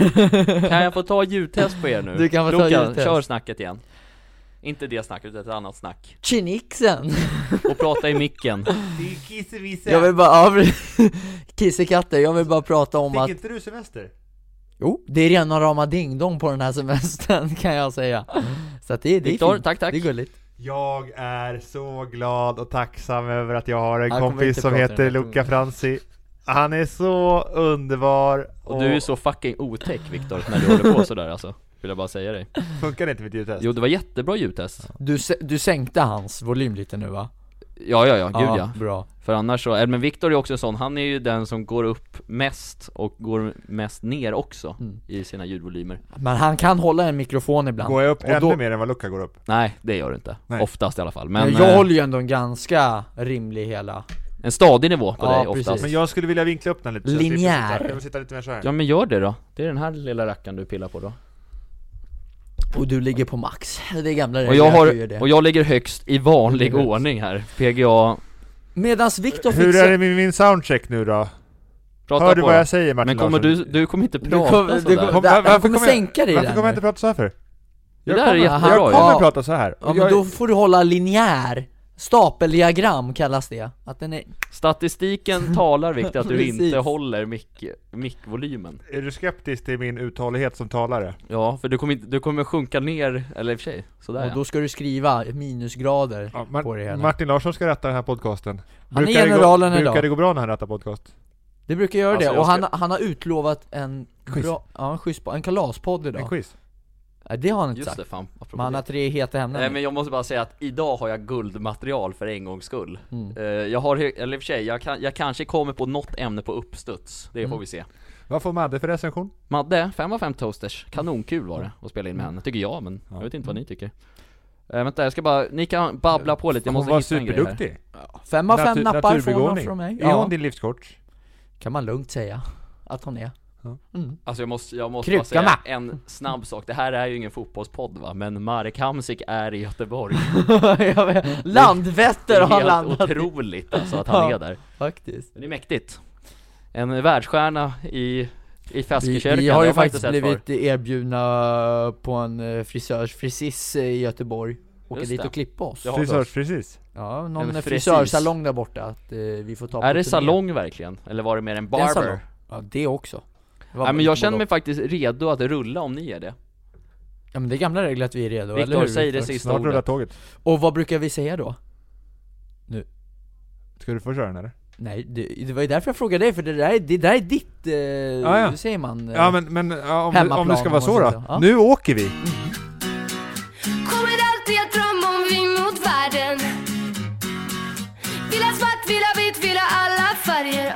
Kan jag få ta ljudtest på er nu? Du kan få ta ljudtest. Kör snacket igen. Inte det snacket, utan ett annat snack. Chinixen. Och prata i micken. Det är kissevisse. Jag vill bara kissekatter, jag vill bara prata om att... Fick inte du semester? Jo, det är rena rama ding-dong på den här semestern, kan jag säga. Så att det är Victor, fint. tack. Det är gulligt. Jag är så glad och tacksam över att jag har en Han kommer kompis inte som prata heter den här Luca Franzi. Han är så underbar. Och du är så fucking otäck, Victor, när du håller på sådär alltså. Vill jag bara säga dig. Funkar det inte mitt ljudtest? Jo, det var jättebra ljudtest. Du sänkte hans volym lite nu, va? Ja, gud ja. Bra. För annars så, men Victor är också en sån, han är ju den som går upp mest och går mest ner också i sina ljudvolymer. Men han kan hålla en mikrofon ibland. Går jag upp Och ännu mer än vad Luca går upp? Nej, det gör du inte. Nej. Oftast i alla fall. Men Men jag håller ju ändå en ganska rimlig hela. en stadig nivå på Ja, dig precis. oftast. Men jag skulle vilja vinkla upp den lite. så jag slipper Linjär. sitta- Jag vill sitta lite mer så här. Ja, men gör det då. Det är den här lilla rackaren du pillar på då. Och du ligger på max. Det är gamla Och regler jag, att du gör det. och jag ligger högst i vanlig Du är högst. ordning här. PGA, Medans Victor Hur fixar... är det med min soundcheck nu då? prata Hör du på vad då. jag säger, Martin Men kommer Larsson? du kommer inte Du prata kommer, sådär. han kommer sänka dig Varför där kommer jag nu. inte prata så här för? Det där är jättebra Jag kommer Ja. prata så här. Ja, men då får du hålla linjär. Stapeldiagram kallas det. Att den är... Statistiken talar, Victor, att du Precis. inte håller mickvolymen. Är du skeptisk till min uthållighet som talare? Ja, för du kommer sjunka ner, eller i och för sig, sådär Och ja. då ska du skriva minusgrader på det hela. Martin Larsson ska rätta den här podcasten. Han är generalen idag. Brukar det gå bra när han rättar podcast? Det brukar göra Alltså, det. jag Och ska- han har utlovat en Quiz. bra, en kalaspodd idag. En quiz? Nej, det har han inte Just det, sagt. fan, apropå Men han det. har 3 heta ämnen. Nej, men jag måste bara säga att idag har jag guldmaterial för en gångs skull. Mm. Jag har, eller i och för sig, jag kanske kommer på något ämne på uppstuds. Det får vi se. Vad får Madde för recension? Madde, 5 av 5 toasters. Kanonkul var det att spela in med henne, tycker jag, men jag vet inte vad ni tycker. Vänta, jag ska bara, ni kan babbla på lite, jag måste Hon var hitta en grej här. superduktig. 5 av 5 nappar från naturbegåvning. från mig. Är hon din livscoach? Kan man lugnt säga att hon är. Alltså jag måste bara Kryckarna. säga en snabb sak. Det här är ju ingen fotbollspodd, va? Men Marek Hamsik är i Göteborg. Jag vet. Landvetter har han Det är helt landat i. otroligt alltså att han Ja. är där. Faktiskt. Det är mäktigt. En världsstjärna i Feskekyrkan. Vi har det ju jag faktiskt sett blivit erbjudna på en frisis i Göteborg. Åka Just dit det. och klippa oss. Det har vi Frisörs, precis. Ja, någon En frisörsalong där borta att vi får ta på Är det turné. salong verkligen? Eller var det mer en Det är en salong. barber? Ja, det också. Det var Nej, men jag känner både mig faktiskt redo att rulla om ni är det. och. Ja, men det är gamla regler att vi är redo, eller Victor, hur? säg det Victor? sista Snart rullar ordet. tåget. Och vad brukar vi säga då? Ska du få köra den eller? Nej, det var ju därför jag frågade dig, för det där är ditt, ja. hur säger man? Men ja, om Hemmaplan, det ska vara om så man då. säger så. Ja. Nu åker vi! Kommer alltid att drömma om vi mot världen. Vill ha svart, vill ha vitt, vill ha alla färger.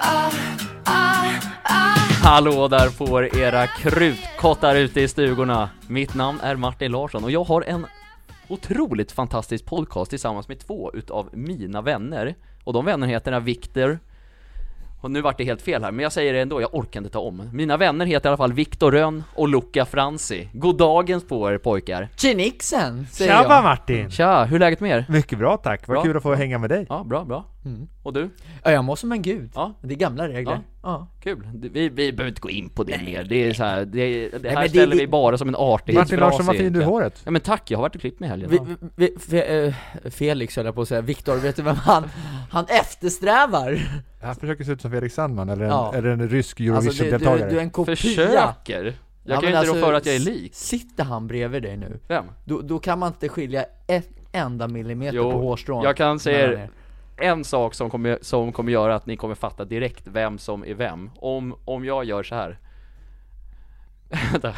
Hallå där på era krutkottar ute i stugorna. Mitt namn är Martin Larsson och jag har en otroligt fantastisk podcast tillsammans med 2 utav mina vänner. Och de vänner heter Victor. Och nu vart det helt fel här, men jag säger det ändå, jag orkar inte ta om. Mina vänner heter i alla fall Victor Rönn och Luca Franzi. God dagens på er pojkar. Chinixen, säger Tjaba jag. Martin! Tja, hur är läget med er? Mycket bra tack, vad Bra. kul att få hänga med dig. Ja, bra. Och du? Ja, jag mår som en gud. Ja. Det är gamla regler. Ja. Kul. Vi behöver inte gå in på det mer. Det är så här, det här men ställer det- vi bara som en artighetsfras. Martin Larsson, vad fin du egentligen. är håret. Ja men tack, jag har varit och klippt mig i helgen. Felix höll jag på att säga. Victor, vet du vem han eftersträvar? Han försöker se ut som Felix Sandman eller Ja. en rysk Alltså, du Eurovision-deltagare. är en kopia. Försöker. Jag Ja, kan ju men inte alltså, rå för att jag är lik. Sitter han bredvid dig nu? Vem? Då kan man inte skilja ett enda millimeter Jo, på hårstrån. jag kan säga mellan er. er. En sak som kommer göra att ni kommer fatta direkt vem som är vem. Om jag gör så här. Vänta.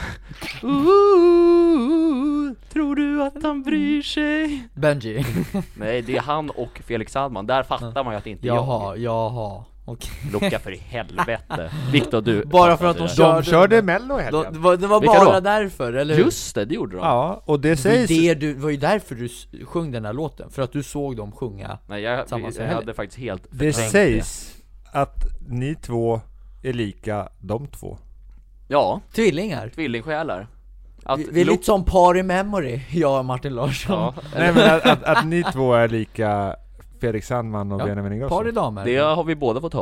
Tror du att han bryr sig? Benji. Nej, det är han och Felix Sandman. Där fattar man ju att det inte är jag. Jaha. Okej. Lucka för i helvete. Victor, du. Bara för att de fattar De körde Mello i helgen. Det var Vilka bara då? därför, eller det. hur? Just det gjorde de. Ja, och det Det var ju sägs... det var ju därför du sjöng den här låten. För att du såg dem sjunga. Nej, jag Tillsammans. hade faktiskt helt Det förträngt sägs att ni 2 är lika de 2. Ja, Tvillingar. tvillingsjälar. Att Vi är lite som par i memory, jag och Martin Larsson. Ja, Nej men att ni 2 är lika Felix Sandman och Ja, Benjamin par i Ingrosso. damer. det har vi båda fått höra.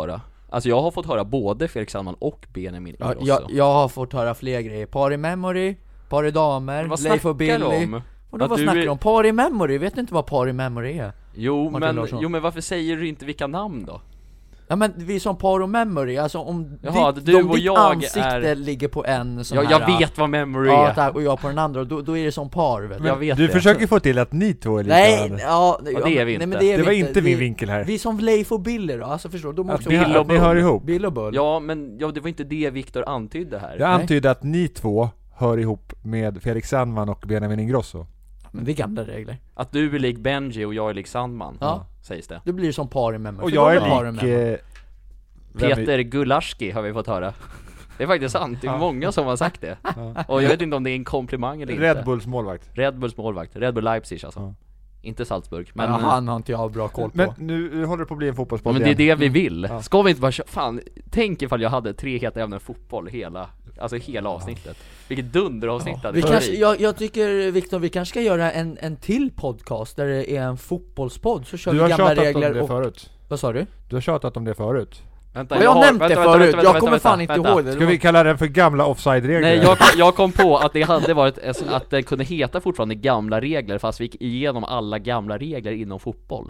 Alltså jag har fått höra både Felix Sandman och Benjamin Ingrosso. Jag har fått höra fler grejer. Par i Memory, Par i damer, Leif och Billy. Och då, vad snackar du om? Par i Memory, vet du inte vad Par i Memory är? Jo men varför säger du inte vilka namn då? Ja men vi är som Par och Memory, alltså om ditt ansikte ligger på en sån här. Jag vet vad Memory är. Ja, och jag på den andra, då är det som par, vet jag vet du det. försöker få till att ni två är lika. Nej, det är vi inte. Nej, men det var inte min vinkel här. Vi är som Leif och Billy då, alltså förstår du? Att ni hör ihop. Bill och Bull. Ja, men det var inte det Viktor antydde här. Jag antydde att ni två hör ihop med Felix Sandman och Benjamin Ingrosso. Men det är gamla regler. Att du är lik Benji och jag är lik Sandman, sägs det. Du blir som Par i Memory. Och jag är lik Peter Gularski har vi fått höra. Det är faktiskt sant, det är många som har sagt det. Och jag vet inte om det är en komplimang eller inte. Red Bulls målvakt, Red Bull Leipzig alltså. Inte Salzburg. Men han har inte jag bra koll på. Men nu håller det på att bli en fotbollspodd. Men det är det vi vill. Ska vi inte bara fan, tänk ifall jag hade 3 heta ämnen fotboll hela avsnittet. Vilket dunderavsnitt jag tycker Viktor, vi kanske ska göra en till podcast där det är en fotbollspodd, så kör vi gamla regler. Du har tjatat om det förut. Vad sa du? Du har tjatat om det förut. Vänta, jag har nämnt det förut, jag kommer fan inte ihåg det. Ska vi kalla den för gamla offside-regler? Nej, jag kom på att det hade varit att det kunde heta fortfarande gamla regler, fast vi gick igenom alla gamla regler inom fotboll.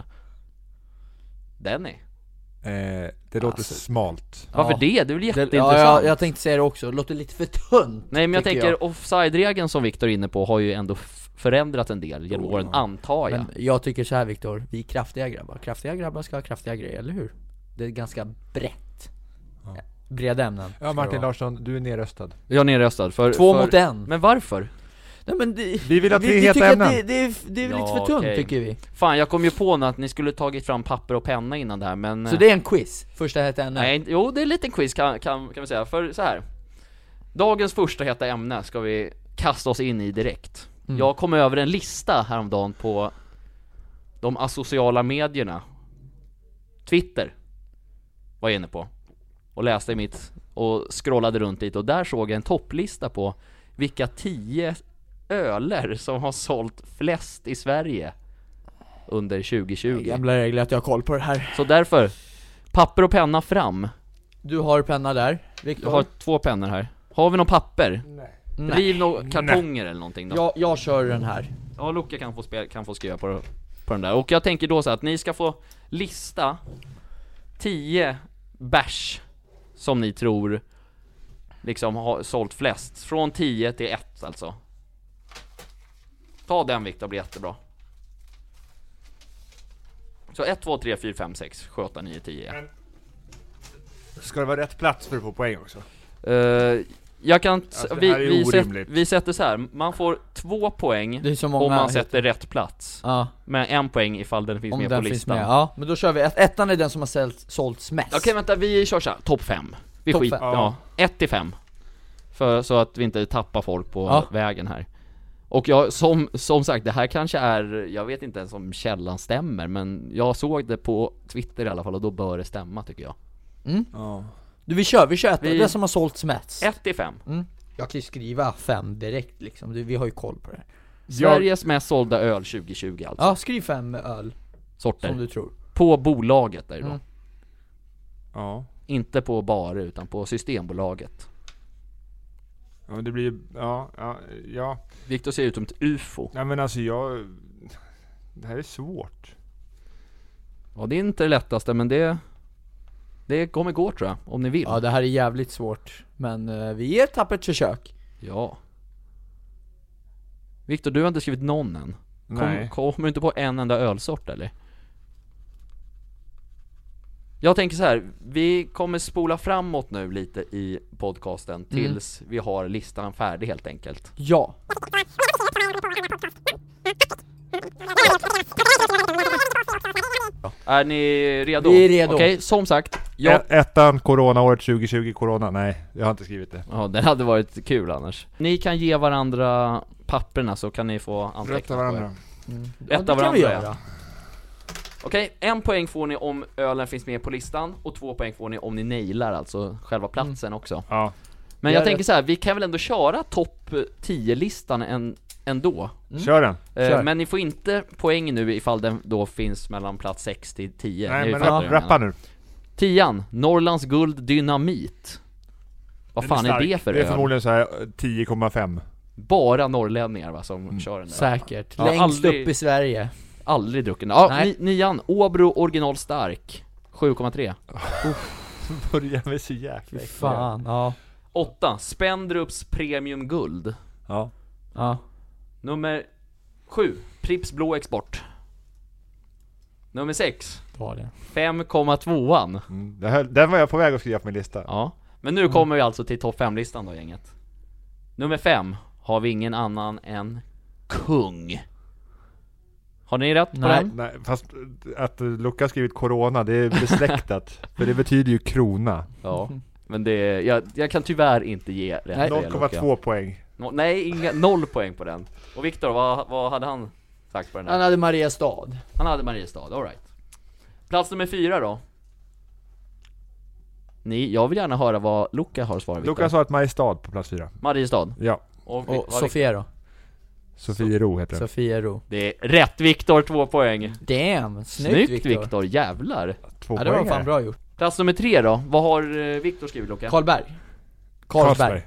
Denny. Det låter smalt. Varför det? Det är väl jätteintressant. Jag tänkte säga det också, det låter lite för tunt. Nej, men jag tänker offside-regeln som Viktor är inne på har ju ändå förändrat en del genom åren, antar jag. Men jag tycker så här, Viktor, vi är kraftiga grabbar. Kraftiga grabbar ska ha kraftiga grejer, eller hur? Det är ganska brett. Breda ämnen. Ja, Martin Larsson, du är nerröstad. Jag är nerröstad för 2 mot 1. Men varför? Nej, men vi vill att vi heter ämnen. Det är lite för tunt, tycker vi. Fan, jag kom ju på att ni skulle tagit fram papper och penna innan det här, men... Så det är en quiz? Första heta ämne? Nej, jo, det är en liten quiz kan vi säga. För så här. Dagens första heta ämne ska vi kasta oss in i direkt. Jag kom över en lista häromdagen på de asociala medierna. Twitter var jag inne på och läste och scrollade runt lite, och där såg jag en topplista på vilka 10 öler som har sålt flest i Sverige under 2020. Gamla regler att jag har koll på det här. Så därför, papper och penna fram. Du har penna där, Victor. Jag har 2 pennor här. Har vi någon papper? Nej. Riv några kartonger eller någonting då. Jag kör den här. Ja, Luca kan få skriva på den där. Och jag tänker då så att ni ska få lista 10 bärs som ni tror liksom har sålt flest. Från 10 till 1 alltså. Ta den, Victor, blir jättebra. Så 1, 2, 3, 4, 5, 6, 7, 8, 9, 10. Men ska det vara rätt plats för att få poäng också? Jag kan alltså, vi sätter så här. Man får 2 poäng om man sätter rätt plats. Men 1 poäng ifall den finns med på listan. Ja, men då kör vi. Ettan är den som har sålts mest. Okej, vänta, vi kör så här. Topp 5. Vi top skit. Ja, 1 till 5. Så att vi inte tappar folk på vägen här. Och jag, som sagt, det här kanske är, jag vet inte ens om källan stämmer, men jag såg det på Twitter i alla fall, och då bör det stämma, tycker jag. Du, vi kör det som har sålts mest. 1 till 5. Jag kan ju skriva 5 direkt liksom. Vi har ju koll på det. Sveriges mest sålda öl 2020 alltså. Ja, skriv 5 öl sorter som du tror. På bolaget där då. Ja. Inte på barer utan på Systembolaget. Ja, det blir ja. Victor ser ut som ett UFO. Nej, men alltså det här är svårt. Ja, det är inte det lättaste, men det kommer gå, tror jag, om ni vill. Ja, det här är jävligt svårt, men vi ger ett tappert försök. Ja. Victor, du har inte skrivit någon än. Kommer du inte på en enda ölsort, eller? Jag tänker så här, vi kommer spola framåt nu lite i podcasten tills vi har listan färdig, helt enkelt. Ja. Är ni redo? Vi är redo. Okej, som sagt. Ettan, coronaåret 2020, corona. Nej, jag har inte skrivit det. Ja, det hade varit kul annars. Ni kan ge varandra papperna, så kan ni få anteckna. Rätta varandra. Rätta varandra. Okej, 1 poäng får ni om ölen finns med på listan, och 2 poäng får ni om ni nailar alltså själva platsen också. Ja. Men jag tänker så här, vi kan väl ändå köra topp 10-listan ändå. Kör den. Men ni får inte poäng nu ifall den då finns mellan plats 6 till 10. Nej, men rappa nu. 10, Norrlands Guld Dynamit. Vad fan är det för öl? Det är förmodligen så här 10,5. Bara norrlänningar va, som kör den där. Säkert, Ja, längst upp i Sverige. Aldrig drucken. Ja, 9, Åbro Original Stark 7,3. Börjar med så jäkla Fan, ja. 8, Spendrups Premium Guld. Ja. Nummer 7, Pripps Blå Export. Nummer 6, Ta det. 5,2. Den var jag på väg att skriva på min lista. Ja, men nu kommer vi alltså till topp 5-listan då, gänget. Nummer 5 har vi ingen annan än Kung. Har ni rätt på den? Nej, fast att Luca skrivit corona, det är besläktat. För det betyder ju krona. Ja, men det jag kan tyvärr inte ge rätt. 0,2 poäng. Nej, 0 poäng på den. Och Viktor, vad hade han sagt på den här? Han hade Mariestad. Han hade Mariestad, all right. Plats nummer 4 då. Jag vill gärna höra vad Luca har svarat. Luca sa att Mariestad på plats 4. Mariestad. Ja. Och Sofia då? Sofiero heter det. Sofiero. Det är rätt, Viktor, 2 poäng. Damn, snyggt Viktor, jävlar. 2 poäng. Det var fan bra gjort. Plats nummer 3 då. Vad har Viktor skrivit, Luca? Carlsberg,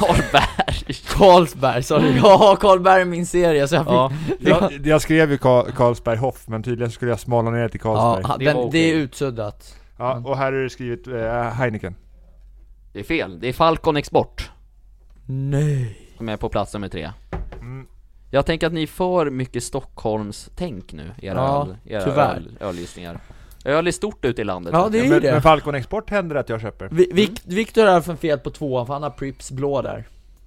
sorry. Mm. Ja, Carlsberg är min serie så jag skrev ju Carlsberg Hoff, men tydligen skulle jag smala ner till Carlsberg. Ja, det är utsuddat. Ja, och här är det skrivit Heineken. Det är fel, det är Falcon Export. Nej. Som är på plats nummer 3. Jag tänker att ni får mycket Stockholms tänk nu, era ölgissningar. Öl är stort ute i landet. Ja, det är ju det. Men Falcon Export händer att jag köper. Viktor är för fel på 2, för han har Pripps blå där.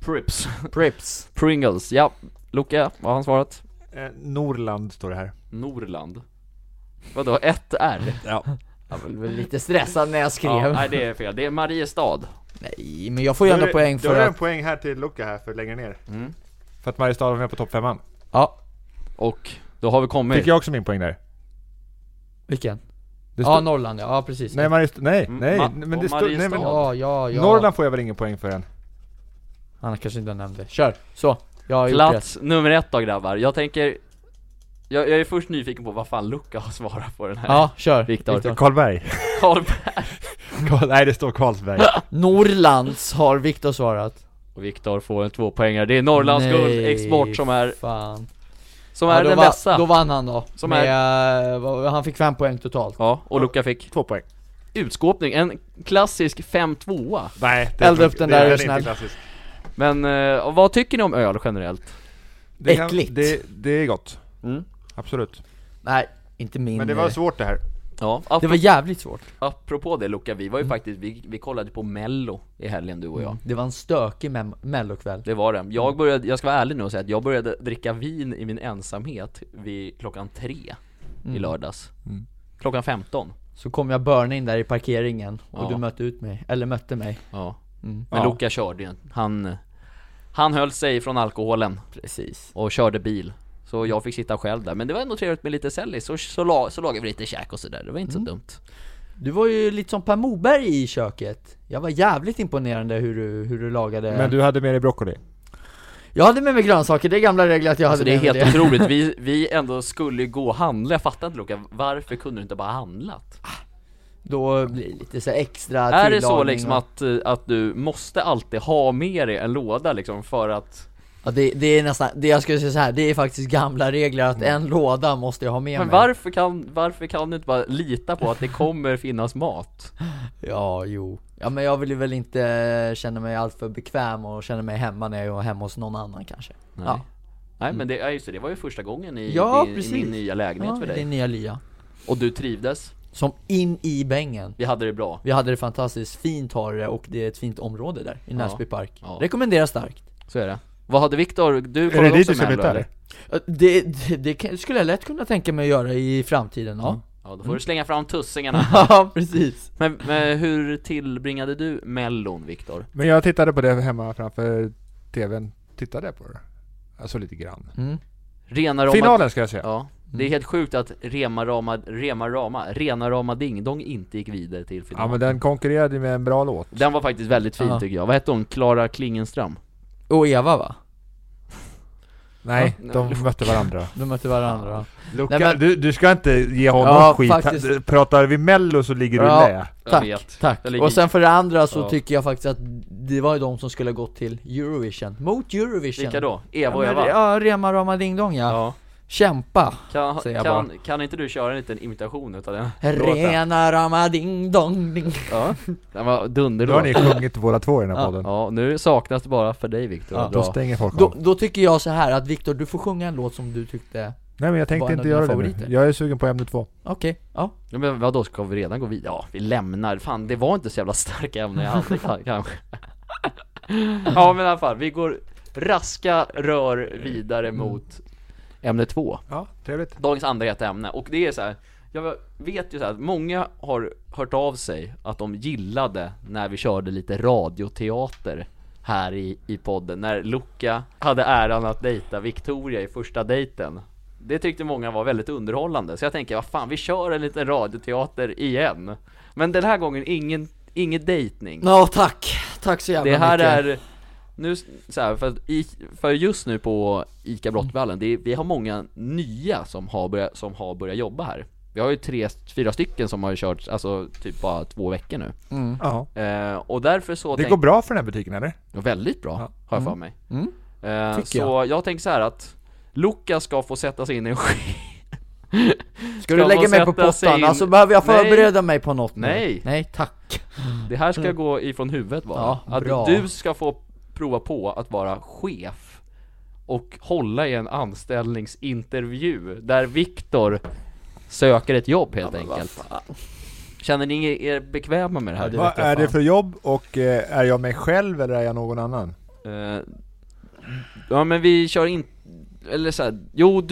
Pripps Pringles, ja. Luca, vad har han svarat? Norrland står det här. Norrland. Vadå, 1 R? Ja. Jag var lite stressad när jag skrev. Ja, nej, det är fel, det är Mariestad. Nej, men jag får ju ändå poäng för att... Då är det att... en poäng här till Luca här för längre ner. För att Mariestad var med på topp 5. Ja. Och då har vi kommit... Fick jag också min poäng där? Vilken? Ja, Norrland, ja precis. Nej, men det står... Nej, men... Ja. Norrland får jag väl ingen poäng för än. Han kanske inte nämnde. Kör, så. Plats nummer 1 då, grabbar. Jag tänker... Jag är först nyfiken på vad fan Luca har svarat på den här. Ja, kör. Viktor. Karlberg. Nej, det står Carlsberg. Norrlands har Viktor svarat. Och Viktor får en 2 poängare. Det är Norrlands Guld Export som är... Fan. Som är den bästa. Då vann han då. Som han fick 5 poäng totalt. Ja, och Luca fick 2 poäng. Utskåpning, en klassisk 5-2. Nej, elda upp den där är snäll. Men vad tycker ni om öl generellt? Äckligt. Det är gott. Absolut. Nej, inte min. Men det var svårt det här. Ja, det var jävligt svårt. Apropå det, Luca, vi var ju faktiskt vi kollade på Mello i helgen, du och jag. Det var en stökig Mellokväll. Det var det. Jag ska vara ärlig nu och säga att jag började dricka vin i min ensamhet vid klockan 3 i lördags. Klockan 15. Så kom jag börna in där i parkeringen och du mötte mig. Ja. Men Luca körde ju. Han höll sig från alkoholen. Precis. Och körde bil. Så jag fick sitta själv där. Men det var ändå trevligt med lite sellis. Så lagade vi lite käk och sådär. Det var inte så dumt. Du var ju lite som Per Moberg i köket. Jag var jävligt imponerande hur du lagade. Men du hade med dig broccoli? Jag hade med mig grönsaker, det är gamla regler att jag hade det är med helt otroligt, vi ändå skulle gå och handla. Jag fattar inte, Luca, varför kunde du inte bara handlat? Då blir det lite så extra tillagning. Är det så liksom att du måste alltid ha med dig en låda liksom för att... Ja, det är nästan, det jag skulle säga så här, det är faktiskt gamla regler att en låda måste jag ha med mig. Men varför kan du inte bara lita på att det kommer finnas mat? Ja, men jag vill ju väl inte känna mig allt för bekväm och känna mig hemma när jag är hemma hos någon annan kanske. Nej, men det var ju första gången i min nya lägenhet för dig. Din nya lya. Och du trivdes? Som in i bängen. Vi hade det bra. Vi hade det fantastiskt fint och det är ett fint område där i Näsby park. Ja. Rekommenderar starkt. Så är det. Vad hade Viktor? Du är det dit du ska flytta eller? Det skulle jag lätt kunna tänka mig att göra i framtiden, ja. Ja, då får du slänga fram tussingarna. Ja, precis. Men hur tillbringade du Mellon, Viktor? Men jag tittade på det hemma framför tvn. Tittade på det. Alltså lite grann. Finalen ska jag säga. Ja. Det är helt sjukt att Rena Rama Ding Dong inte gick vidare till finalen. Ja, men den konkurrerade med en bra låt. Den var faktiskt väldigt fin tycker jag. Vad hette hon? Clara Klingenström. Och Eva, va? Nej, de mötte varandra. De mötte varandra. Luca, nej, men... du ska inte ge honom skit. Faktiskt... Pratar vi Mello så ligger du lä. Tack. Och sen för det andra så tycker jag faktiskt att det var ju de som skulle gått till Eurovision. Mot Eurovision. Vilka då? Eva och Eva? Ja, Rema Rama Ding Dong, ja. Kämpa. Kan inte du köra en liten imitation utav den? Rena Rama Ding Dong Ding. Ja, den var dunder då. Då har ni sjungit båda två i den här podden. Ja, nu saknas det bara för dig, Viktor. Ja, då stänger folk av. Då tycker jag så här att Viktor, du får sjunga en låt som du tyckte. Nej, men jag tänkte inte göra det nu. Jag är sugen på ämne 2. Okej, ja. Men vadå, ska vi redan gå vidare? Ja, vi lämnar. Fan, det var inte så jävla starka ämnen jag hade kanske. Ja, men i alla fall, vi går raska rör vidare mot ämne 2. Ja, trevligt. Dagens andra heta ämne. Och det är så här, jag vet ju så här att många har hört av sig att de gillade när vi körde lite radioteater här i podden. När Luca hade äran att dejta Victoria i första dejten. Det tyckte många var väldigt underhållande. Så jag tänker, vad fan, vi kör en liten radioteater igen. Men den här gången ingen dejtning. Ja, tack. Tack så jävla mycket. Det här är nu så här, för just nu på ICA Brottvallen, vi har många nya som har börjat jobba här. Vi har ju 3-4 stycken som har kört alltså typ bara 2 veckor nu. Och därför så det går bra för den här butiken, eller? Ja, väldigt bra, har jag för mig. Så jag tänker så här att Luca ska få sätta sig in i en Ska du lägga mig på pottan? Alltså behöver jag förbereda mig på något? Nej, tack. Det här ska gå ifrån huvudet bara. Ja, att du ska få prova på att vara chef och hålla i en anställningsintervju där Viktor söker ett jobb helt enkelt. Känner ni er bekväma med det här? Vad är det för jobb och är jag mig själv eller är jag någon annan? Ja, men vi kör in eller så här,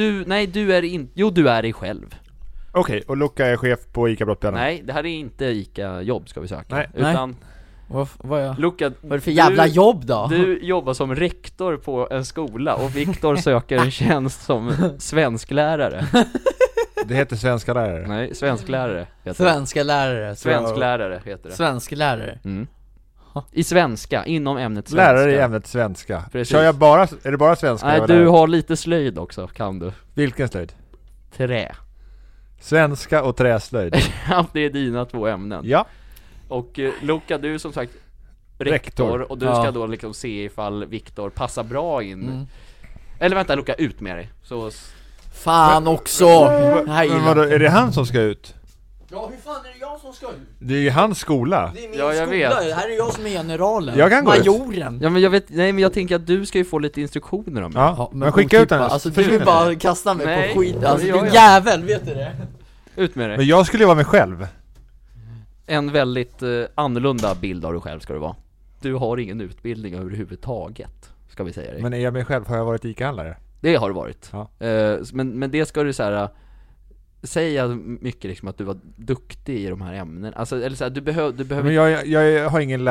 du är dig själv. Okej, och Luca är chef på ICA Brottbjörnen. Nej, det här är inte ICA-jobb ska vi söka. Nej. Utan vad är Luca, vad är det för jävla jobb då? Du jobbar som rektor på en skola och Viktor söker en tjänst som svensklärare. Det heter svenska lärare. Nej, svensklärare heter Svensklärare heter det. Svensklärare. I svenska, inom ämnet svenska. Lärare i ämnet svenska. Precis. Kör jag bara, är det bara svenska? Nej, du har lite slöjd också, kan du. Vilken slöjd? Trä. Svenska och träslöjd. Ja, det är dina 2 ämnen. Ja. Och Luca, du är som sagt rektor. Och du ska då liksom se ifall Viktor passar bra in. Eller vänta, Luca, ut med dig. Så... Fan också. Men vadå, är det han som ska ut? Ja, hur fan är det jag som ska ut? Det är ju hans skola. Det är min skola. Vet. Det här är jag som är generalen. Jag kan gå majoren. Ut. Ja, men jag vet, nej, men jag tänker att du ska ju få lite instruktioner om det. Ja, men skicka ut den. Alltså du vill bara kasta mig på skit. Alltså du jävel, vet du det? Ut med dig. Men jag skulle ju vara mig själv. En väldigt annorlunda bild av dig själv ska det vara. Du har ingen utbildning överhuvudtaget, ska vi säga det. Men är jag mig själv, har jag varit ICA-handlare? Det har du varit. Ja. Men det ska du så här säga mycket liksom att du var duktig i de här ämnen. Alltså, eller så här, du behöver. Men jag har ingen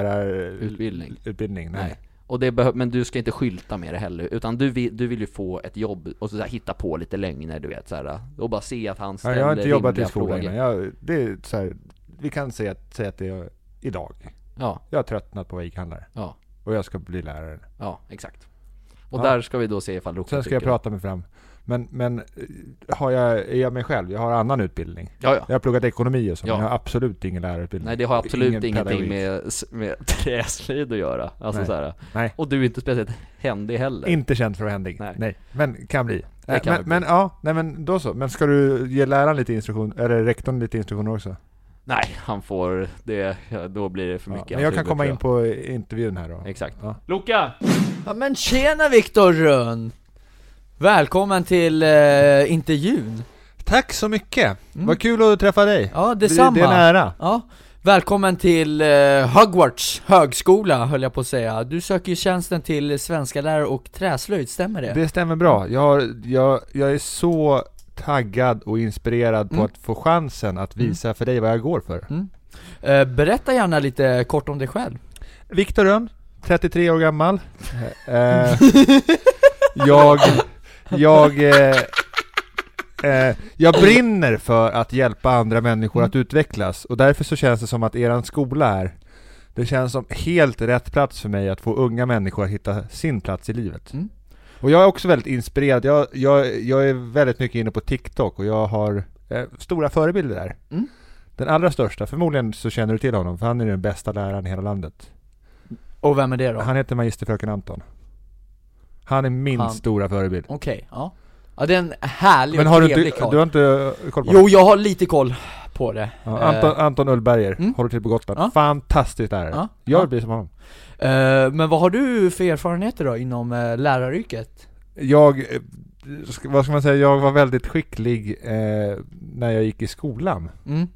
lärarutbildning. Nej. Och men du ska inte skylta med det heller, utan du vill ju få ett jobb och så här, hitta på lite lögner, du vet så här, och bara se att han ställer. Jag har inte jobbat i skolan. Det är så här, vi kan säga att det är idag. Ja. Jag har tröttnat på ICA-handlare. Ja. Och jag ska bli lärare. Ja, exakt. Och där ska vi då se ifall Luca. Sen ska jag prata mig fram. Men är jag mig själv? Jag har annan utbildning. Ja. Jag har pluggat ekonomi och så, men jag har absolut ingen lärarutbildning. Nej, det har absolut ingenting med träslöjd att göra. Alltså nej. Så här. Nej. Och du är inte speciellt händig heller. Inte känd för att händig. Nej. Men kan bli. Men då så. Men ska du ge läraren lite instruktion, eller rektorn lite instruktioner också? Nej, han får det, då blir det för mycket. Men jag kan komma in på intervjun här då. Exakt. Ja. Luca! Ja, men tjena Viktor Rönn! Välkommen till intervjun. Tack så mycket. Vad kul att träffa dig. Ja, detsamma. Det är nära. Ja. Välkommen till Hogwarts högskola, höll jag på att säga. Du söker ju tjänsten till svenska lärare och träslöjd, stämmer det? Det stämmer bra. Jag är så taggad och inspirerad på att få chansen att visa för dig vad jag går för. Berätta gärna lite kort om dig själv. Viktor Rönn, 33 år gammal. Jag brinner för att hjälpa andra människor att utvecklas, och därför så känns det som att eran skola det känns som helt rätt plats för mig att få unga människor att hitta sin plats i livet. Och jag är också väldigt inspirerad. Jag är väldigt mycket inne på TikTok och jag har stora förebilder där. Den allra största, förmodligen så känner du till honom, för han är den bästa läraren i hela landet. Och vem är det då? Han heter Magister Fröken Anton. Han är min stora förebild. Okej, ja. Ja, det är en härlig men och trevlig koll. Du har inte koll på Jo, jag har lite koll på det. Ja, Anton Ullberger, håller till på Gotland. Ja. Fantastiskt lärare. Jag blir som honom. Men vad har du för erfarenheter då inom läraryrket? Vad ska man säga, jag var väldigt skicklig när jag gick i skolan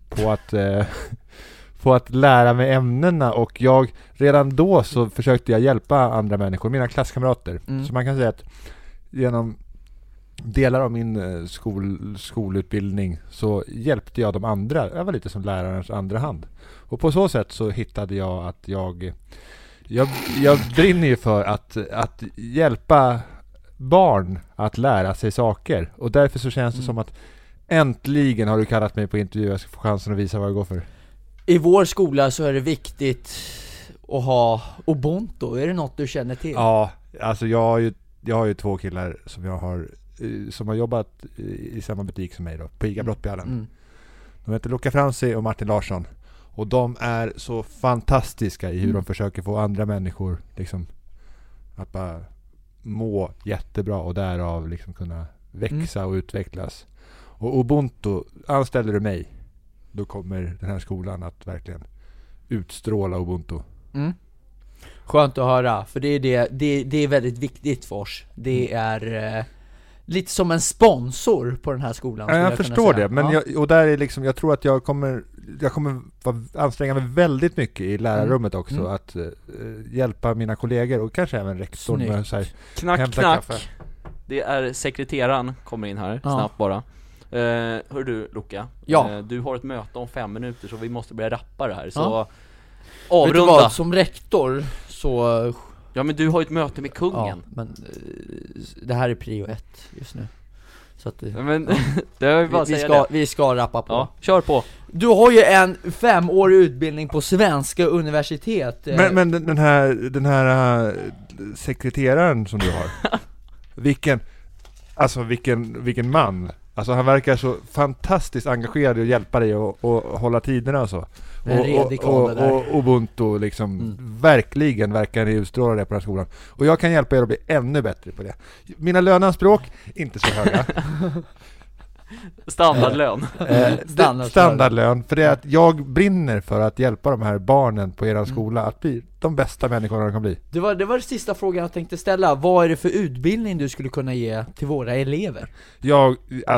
på att lära mig ämnena, och redan då så försökte jag hjälpa andra människor, mina klasskamrater. Så man kan säga att genom delar av min skolutbildning så hjälpte jag de andra. Jag var lite som lärarens andra hand. Och på så sätt så hittade jag att jag brinner ju för att hjälpa barn att lära sig saker. Och därför så känns det som att äntligen har du kallat mig på intervju. Jag ska få chansen att visa vad jag går för. I vår skola så är det viktigt att ha Ubuntu. Är det något du känner till? Ja, alltså jag har ju 2 killar som har jobbat i samma butik som mig då, på ICA Brottbjallen. De heter Luca Franzi och Martin Larsson. Och de är så fantastiska i hur de försöker få andra människor liksom att bara må jättebra och därav liksom kunna växa och utvecklas. Och Ubuntu, anställer du mig, då kommer den här skolan att verkligen utstråla Ubuntu. Skönt att höra, för det är väldigt viktigt för oss. Det är lite som en sponsor på den här skolan. Jag förstår det, men och där är liksom, jag tror att jag kommer anstränga mig väldigt mycket i lärarrummet också, att hjälpa mina kollegor och kanske även rektorn med så här, knack. Kaffe. Det är sekreteraren kommer in här, snabbt bara. Hör du Luca, du har ett möte om 5 minuter så vi måste börja rappa det här, så avrunda. Vet du vad, som rektor så... Ja, men du har ju ett möte med kungen. Ja, men det här är prio 1 just nu. Så att men det har vi bara vi ska rappa på. Ja, kör på. Du har ju en 5-årig utbildning på svenska universitet. Men den här sekreteraren som du har. vilken man. Alltså han verkar så fantastiskt engagerad i att hjälpa dig och hålla tiderna och så. Och Ubuntu liksom verkligen verkar ni utstråla det på den här skolan. Och jag kan hjälpa er att bli ännu bättre på det. Mina lönanspråk, inte så höga. Standardlön. För det är att jag brinner för att hjälpa de här barnen på er skola att bli de bästa människorna de kan bli. Det var den sista frågan jag tänkte ställa. Vad är det för utbildning du skulle kunna ge till våra elever? Jag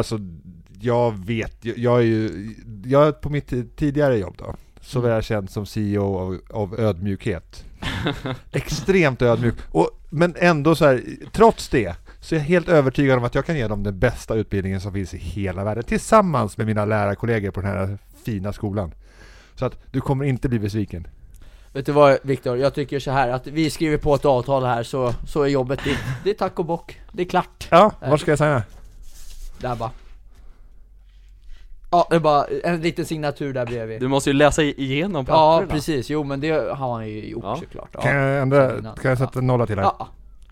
är på mitt tidigare jobb då, så var jag känd som CEO av ödmjukhet. Extremt ödmjuk. Men ändå så här, trots det så är jag helt övertygad om att jag kan ge dem den bästa utbildningen som finns i hela världen, tillsammans med mina lärarkollegor på den här fina skolan. Så att du kommer inte bli besviken. Vet du vad, Viktor? Jag tycker så här att vi skriver på ett avtal här, så är jobbet det är tack och bock. Det är klart. Ja, var ska jag säga? Där bara. Ja, det är bara en liten signatur där bredvid. Du måste ju läsa igenom papperna. Ja, precis. Jo, men det har han ju gjort såklart. Ja. Kan jag sätta en nolla till här? Ja.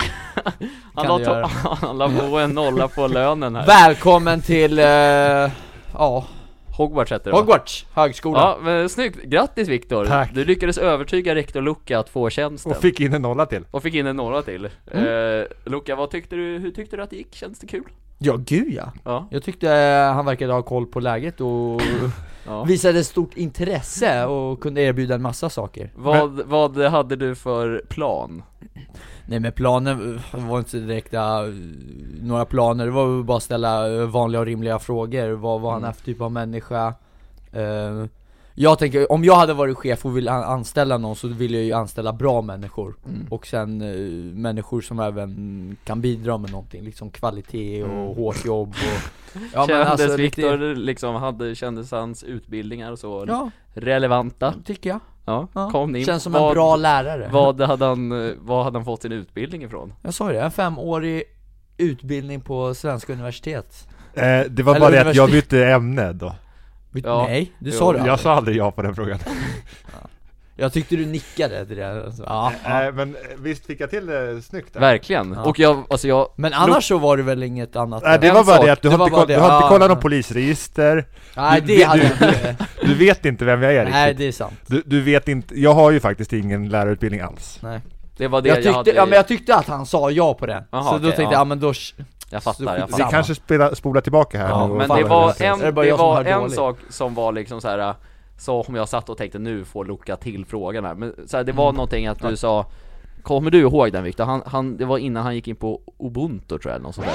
Han la på en nolla på lönen här. Välkommen till Hogwarts heter det. Hogwarts, högskola. Ja, men snyggt. Grattis Viktor. Tack. Du lyckades övertyga rektor Luca att få tjänsten. Och fick in en nolla till. Luca, hur tyckte du att det gick? Känns det kul? Ja, gud ja. Jag tyckte han verkade ha koll på läget och visade stort intresse och kunde erbjuda en massa saker. Vad hade du för plan? Nej, men planen var inte direkt några planer. Det var bara att ställa vanliga och rimliga frågor. Vad var han för typ av människa? Jag tänker, om jag hade varit chef och ville anställa någon, så vill jag ju anställa bra människor. Och sen människor som även kan bidra med någonting, liksom kvalitet och hårt jobb och, kändes Viktor liksom, kändes hans utbildningar och så relevanta? Tycker jag. Ja. Kom in. Känns som en bra lärare. Vad hade han fått sin utbildning ifrån? Jag sa det, en 5-årig utbildning på svenska universitet. Det var bara det att jag bytte ämne då. Nej, du sa det. Jag sa aldrig ja på den frågan. Jag tyckte du nickade till det. Alltså, ja. Men visst fick jag till det snyggt där. Verkligen. Ja. Och jag Men annars så var det väl inget annat. Nej, det En var bara sak. det att du Det har var inte bara det. kollat någon polisregister. Nej, Du- det du- hade du- jag inte. Du vet inte vem jag är riktigt. Nej, det är sant. Du vet inte, jag har ju faktiskt ingen lärarutbildning alls. Nej. det var det Jag hade. tyckte, men jag tyckte att han sa ja på den. Aha, så då okej, tänkte ja. jag, men då... Jag fattar, Så- jag Vi fattar. Samma. kanske spola tillbaka här Ja, nu och men fan det vad var det är. en, Är det bara det jag som var hör en dåligt? sak som var liksom så här. Så om jag satt och tänkte nu får Luca till frågan här. Men så här, det var någonting att du sa. Kommer du ihåg den, Victor? Han, det var innan han gick in på Ubuntu, tror jag, eller något sånt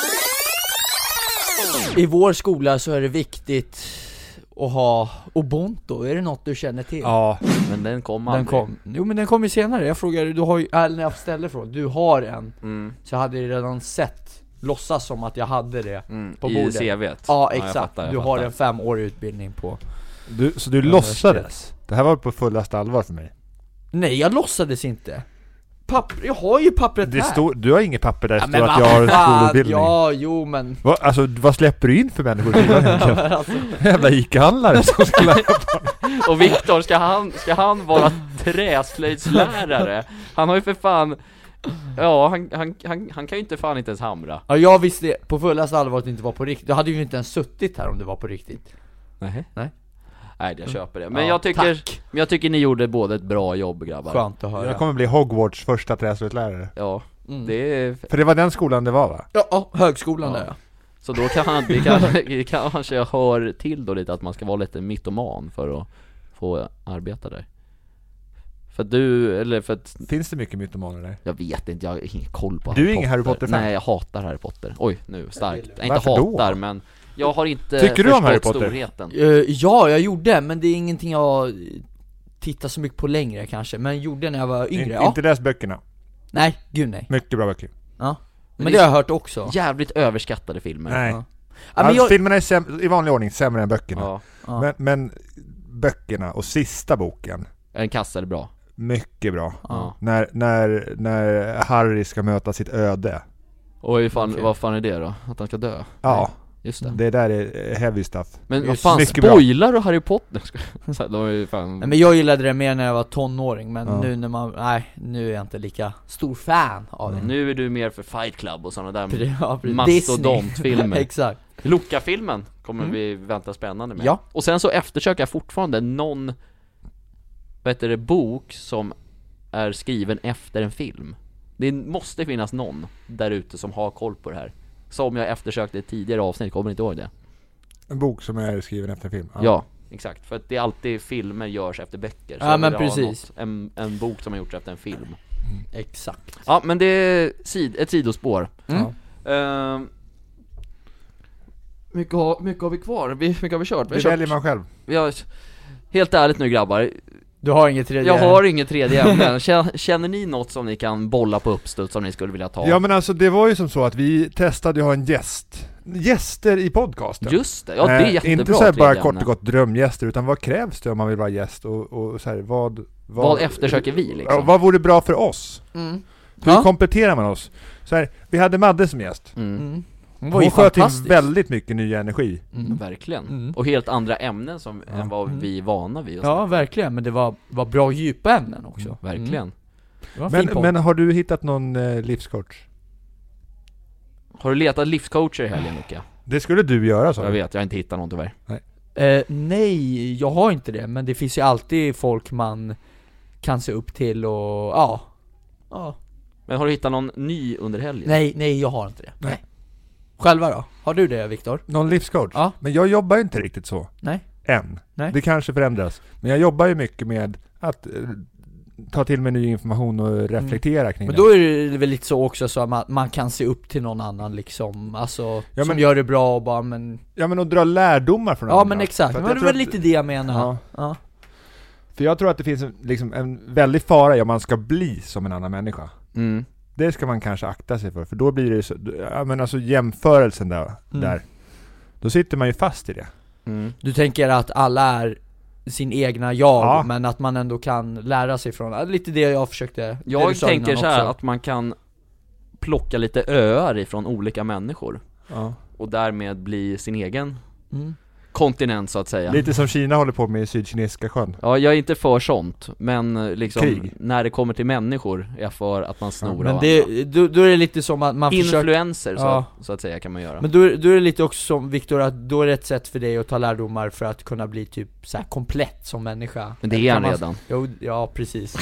där. I vår skola så är det viktigt att ha Ubuntu. Är det något du känner till? Ja, Men den kom Den aldrig. kom. Jo, men den kom ju senare. Jag frågade, du har ju, eller när jag ställde frågan, du har en. Mm, Så jag hade ju redan sett, låtsas som att jag hade det på i bordet. CV:t. Ja, jag exakt. fattar, jag du har fattar. en 5-årig utbildning på. så du låtsades? Det här var på fullaste allvar för mig. Nej, jag låtsades inte. Jag har ju pappret Det här. du har inget papper där det men står att vad jag har en fan, skolutbildning. Ja, jo men Vad släpper du in för människor egentligen? alltså, Jävla Ica-handlare som ska lära. Och Victor, ska han vara träslöjdslärare? Han har ju för fan. Ja, han kan ju inte fan inte ens hamra. ja, jag visste på fullaste allvar att det inte var på riktigt. Du hade ju inte ens suttit här om det var på riktigt. Nej. Nej. Nej, jag köper det. Men Ja, jag tycker ni gjorde både ett bra jobb, grabbar. Skönt att höra. Jag kommer bli Hogwarts första träslöjdslärare. Ja, Mm. det är. För det var den skolan det var, va? Ja, högskolan Ja. där ja. Så då kan det kanske hör till då lite att man ska vara lite mytoman för att få arbeta där. För att Finns det mycket mytomaner där? jag vet inte, jag har ingen koll på Du är ingen Harry Potter-fan? Nej, jag hatar Harry Potter. Oj, nu starkt. Jag inte Varför då? hatar, men jag har inte Tycker du om Harry förstått Potter? storheten. Ja, jag gjorde, men det är ingenting jag tittar så mycket på längre kanske. Men gjorde när jag var yngre, ja. Inte läst böckerna. Nej, gud nej. Mycket bra böcker. Ja. Men det det är har jag hört också. Jävligt överskattade filmer. Nej. Ja. Ja, men jag, Filmerna är i vanlig ordning sämre än böckerna. Ja, ja. Men böckerna och sista boken, en kasse är bra. mycket bra. Ja. När Harry ska möta sitt öde. Oj, fan, Okej. vad fan är det då? Att han ska dö? Ja, Just det. det där är heavy stuff. Men vad Just fan, mycket bra. spoilar du Harry Potter? Så här, de är ju fan. Nej, men jag gillade det mer när jag var tonåring. Men Ja. nu när man, nu är jag inte lika stor fan av det. Nu är du mer för Fight Club och sådana där Ja, precis. mastodontfilmer. Exakt. Luca-filmen kommer vi vänta spännande med. Ja. Och sen så eftersöker jag fortfarande någon bok som är skriven efter en film. Det måste finnas någon där ute som har koll på det här. Som jag eftersökte i ett tidigare avsnitt, kommer inte ihåg det? En bok som är skriven efter en film. Ja, exakt. För att det är alltid filmer görs efter böcker. Så Ja, jag men vill ha precis. en bok som har gjorts efter en film. Exakt. Ja, men det är ett sidospår. Mm. Mycket har vi kvar. Mycket har vi kört. Det väljer man själv. Vi har, helt ärligt nu grabbar, Du har inget tredje? jag har inget tredje ämne. Känner ni något som ni kan bolla på uppstuds som ni skulle vilja ta? Ja, men alltså det var ju som så att vi testade att ha en gäster i podcasten. Just det, ja det är jättebra. Inte så här bara tredje kort ämne. och gott drömgäster, utan vad krävs det om man vill vara gäst och så här, Vad eftersöker vi liksom? Ja, vad vore bra för oss? Mm. Hur Ja. kompletterar man oss? Så här, vi hade Madde som gäst. Mm. Hon var ju Hon sköt in fantastisk. väldigt mycket ny energi. Mm. Verkligen. Mm. Och helt andra ämnen än vad Mm. vi är vana vid. Ja, verkligen, men det var bra djupa ämnen också. Verkligen. Det var en fin podd. Men har du hittat någon livscoach? Har du letat livscoacher i helgen, Luca? Det skulle du göra, så. Jag vet, jag har inte hittat någon tyvärr. Nej, jag har inte det, men det finns ju alltid folk man kan se upp till och ja. Men har du hittat någon ny under helgen? Nej, jag har inte det. Nej. Själva då? Har du det, Viktor? Någon livscoach? Ja. Men jag jobbar ju inte riktigt så. Nej. Än. Nej. Det kanske förändras. Men jag jobbar ju mycket med att ta till mig ny information och reflektera kring Men det. då är det väl lite så också så att man kan se upp till någon annan liksom, alltså, Ja, som men- gör det bra och bara, men Ja, men att dra lärdomar från ja, andra. men exakt, För att men jag det tror var att- lite det jag menar. Ja. Ja. För jag tror att det finns en väldig fara i om man ska bli som en annan människa. Mm. Det ska man kanske akta sig för då blir det så, ja, men alltså jämförelsen där. Då sitter man ju fast i det. Mm. Du tänker att alla är sin egna jag, Ja. men att man ändå kan lära sig från, lite det jag försökte det du Jag sa tänker innan så här också. att man kan plocka lite öar ifrån olika människor Ja. och därmed bli sin egen. Mm. kontinent så att säga. Lite som Kina håller på med i Sydkinesiska sjön. Ja, jag är inte för sånt, men liksom Krig. när det kommer till människor är jag för att man snor av Men andra. då är det lite som att man försöker... Influencer Ja. så att säga kan man göra. Men då är det lite också som Viktor, att då är det ett sätt för dig att ta lärdomar för att kunna bli typ så här komplett som människa. Men det är han Kan man- redan. Jo, ja, precis.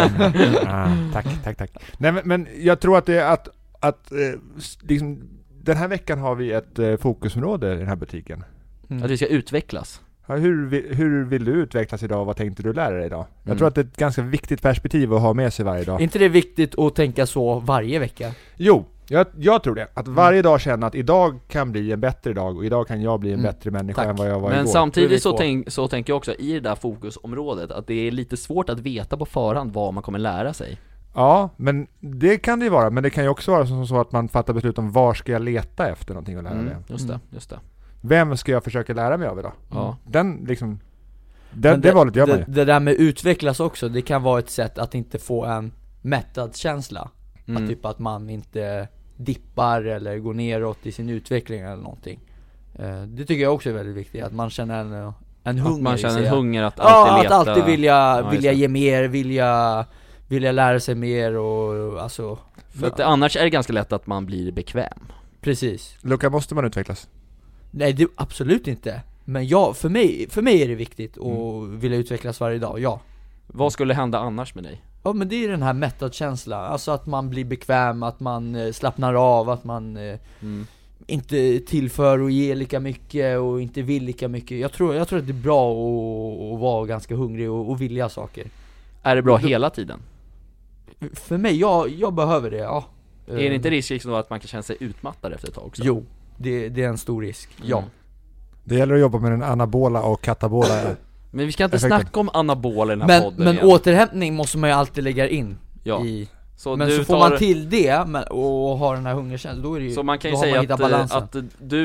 Tack. Nej men jag tror att det är att liksom, den här veckan har vi ett fokusområde i den här butiken. Mm. Att vi ska utvecklas. Ja, hur vill du utvecklas idag? Vad tänkte du lära dig idag? Jag Mm. tror att det är ett ganska viktigt perspektiv att ha med sig varje dag. Är inte det viktigt att tänka så varje vecka? Jo, jag tror det. Att varje dag känna att idag kan bli en bättre dag och idag kan jag bli en bättre människa Tack. än vad jag var Men igår. samtidigt Då är vi så tänker jag också i det där fokusområdet att det är lite svårt att veta på förhand vad man kommer lära sig. Ja, men det kan det ju vara. Men det kan ju också vara som så att man fattar beslut om var ska jag leta efter någonting att lära mig. Just det. Vem ska jag försöka lära mig av idag? Ja. Den liksom... Men Det valet gör man ju. det där med utvecklas också, det kan vara ett sätt att inte få en mättad känsla. Att typ att man inte dippar eller går neråt i sin utveckling eller någonting. Det tycker jag också är väldigt viktigt, att man känner en hunger Att man i känner sig. en hunger att alltid leta. Att alltid vilja just det. ge mer, vilja lära sig mer och alltså... För att annars är det ganska lätt att man blir bekväm. Precis. Luka, måste man utvecklas? Nej, det absolut inte. Men för mig är det viktigt att vilja utvecklas varje dag, ja. Vad skulle hända annars med dig? Ja, men det är den här mättad känsla. Alltså att man blir bekväm, att man slappnar av, att man inte tillför och ger lika mycket och inte vill lika mycket. Jag tror att det är bra att vara ganska hungrig och vilja saker. Är det bra hela tiden? För mig, jag behöver det, ja. Är det inte risk liksom då att man kan känna sig utmattad efter ett tag också? Jo, det är en stor risk, ja. Det gäller att jobba med den anabola och katabola. Men vi ska inte Effekten. snacka om anabol i den här podden Men igen. återhämtning måste man ju alltid lägga in i... Så Men du så får man till det och har den här hungerkänslan, då är det ju... Så man kan ju då har säga hittat balansen. att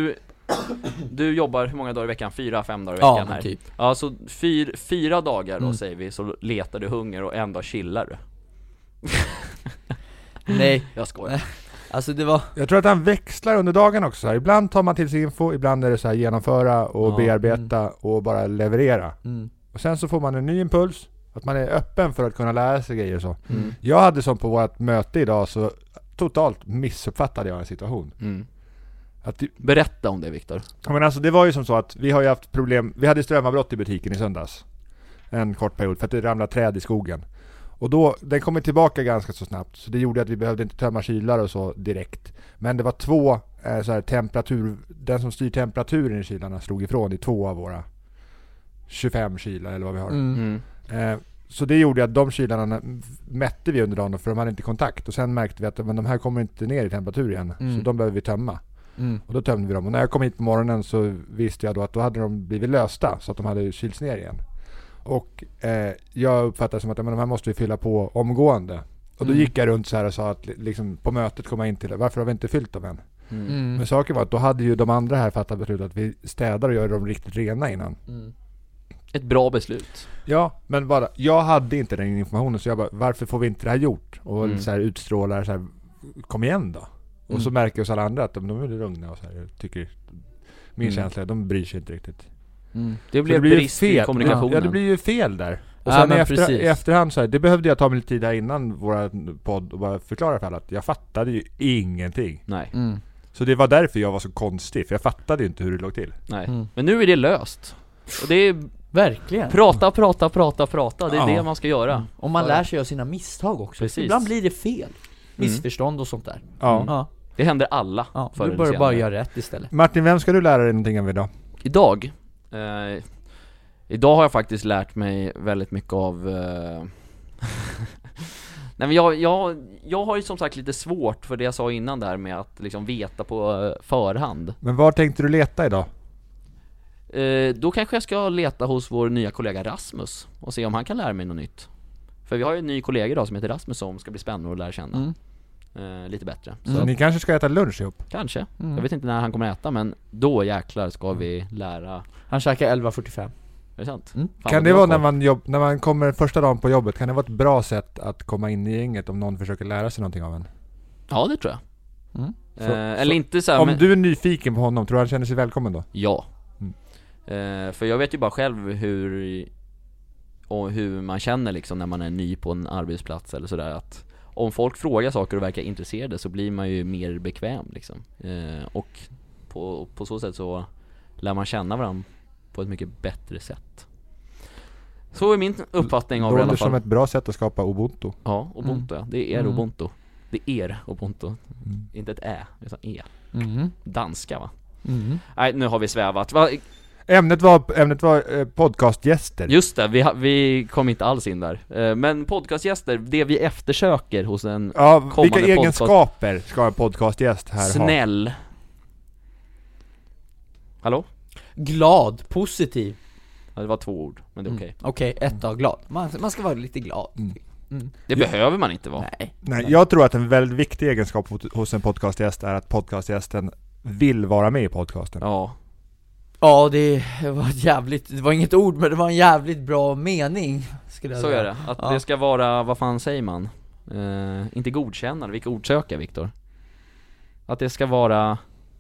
du jobbar hur många dagar i veckan? 4-5 dagar i veckan här. Typ. Ja, så 4 dagar då säger vi, så letar du hunger och en dag chillar du. Nej, Jag skojar. alltså det var... Jag tror att han växlar under dagen också. Så här. Ibland tar man till sig info, ibland är det så här genomföra och bearbeta och bara leverera. Och sen så får man en ny impuls. Att man är öppen för att kunna lära sig grejer och så. Jag hade som på vårt möte idag så totalt missuppfattade jag en situation. Att Berätta om det, Viktor. Ja, men alltså det var ju som så att vi har ju haft problem. Vi hade strömavbrott i butiken i söndags. En kort period för att det ramlade träd i skogen. Och då, den kom tillbaka ganska så snabbt. Så det gjorde att vi behövde inte tömma kylar och så direkt. Men det var 2 så här, temperatur. Den som styr temperaturen i kylarna slog ifrån i 2 av våra 25 kylar eller vad vi har. Så det gjorde att de kylarna mätte vi under dagen för de hade inte kontakt. Och sen märkte vi att men de här kommer inte ner i temperatur igen. Så de behöver vi tömma. Och då tömde vi dem. Och när jag kom hit på morgonen så visste jag då att då hade de blivit lösta. Så att de hade kylts ner igen. Och jag uppfattade som att men de här måste vi fylla på omgående. Och då gick jag runt så här och sa att liksom, på mötet kom jag in till det. Varför har vi inte fyllt dem än? Men saken var att då hade ju de andra här fattat beslut att vi städar och gör dem riktigt rena innan. Ett bra beslut. Ja, men bara, jag hade inte den informationen så jag bara, varför får vi inte det här gjort? Och så här utstrålar så här, kom igen då. Och så märker oss alla andra att de är lugna och så här, tycker min känsla är de bryr sig inte riktigt. Det blev blir brist i kommunikationen. Ja, det blir ju fel där. Och Ja, sen men i efterhand så här, det behövde jag ta mig lite tid där innan våra podd och bara förklara för alla att jag fattade ju ingenting. Nej. Så det var därför jag var så konstig, för jag fattade ju inte hur det låg till. Nej. Men nu är det löst. Och det är Verkligen. prata. Det är det man ska göra. Och man lär sig av sina misstag också. Precis. Ibland blir det fel. Missförstånd och sånt där. Ja. Det händer alla. Ja, förr du eller bör senare. bara göra rätt istället. Martin, vem ska du lära dig någonting av idag? Idag idag har jag faktiskt lärt mig väldigt mycket av nej men jag har ju som sagt lite svårt för det jag sa innan där med att liksom veta på förhand. Men var tänkte du leta idag? Då kanske jag ska leta hos vår nya kollega Rasmus och se om han kan lära mig något nytt. För vi har ju en ny kollega idag som heter Rasmus som ska bli spännande att lära känna lite bättre. Så ni kanske ska äta lunch ihop? Kanske. Jag vet inte när han kommer äta, men då jäklar ska vi lära. Han käkar 11:45. Är det sant? Kan det vara när man kommer första dagen på jobbet, kan det vara ett bra sätt att komma in i gänget om någon försöker lära sig någonting av en? Ja, det tror jag. Eller inte så här, om men... du är nyfiken på honom, tror du han känner sig välkommen då? Ja. För jag vet ju bara själv hur man känner liksom när man är ny på en arbetsplats eller sådär, att om folk frågar saker och verkar intresserade så blir man ju mer bekväm liksom. Och på så sätt så lär man känna varandra på ett mycket bättre sätt. Så är min uppfattning av det i alla fall. Som ett bra sätt att skapa Ubuntu. Ja, Ubuntu, ja. Det är Ubuntu. Det är Ubuntu. Inte ett utan danska, va? Nej, nu har vi svävat. Ämnet var podcastgäster. Just det, vi kom inte alls in där. Men podcastgäster, det vi eftersöker hos en kommande vilka egenskaper ska en podcastgäst här Snäll. Hallå? Glad, positiv. Ja, det var 2 ord, men det är okej. Okej, ett av glad. Man ska vara lite glad. Det behöver man inte vara. Nej, jag tror att en väldigt viktig egenskap hos en podcastgäst är att podcastgästen vill vara med i podcasten. Ja, det var inget ord, men det var en jävligt bra mening, skulle jag Så säga. är det, att det ska vara, vad fan säger man? Inte godkännande, vilka ord söker Viktor? Att det ska vara...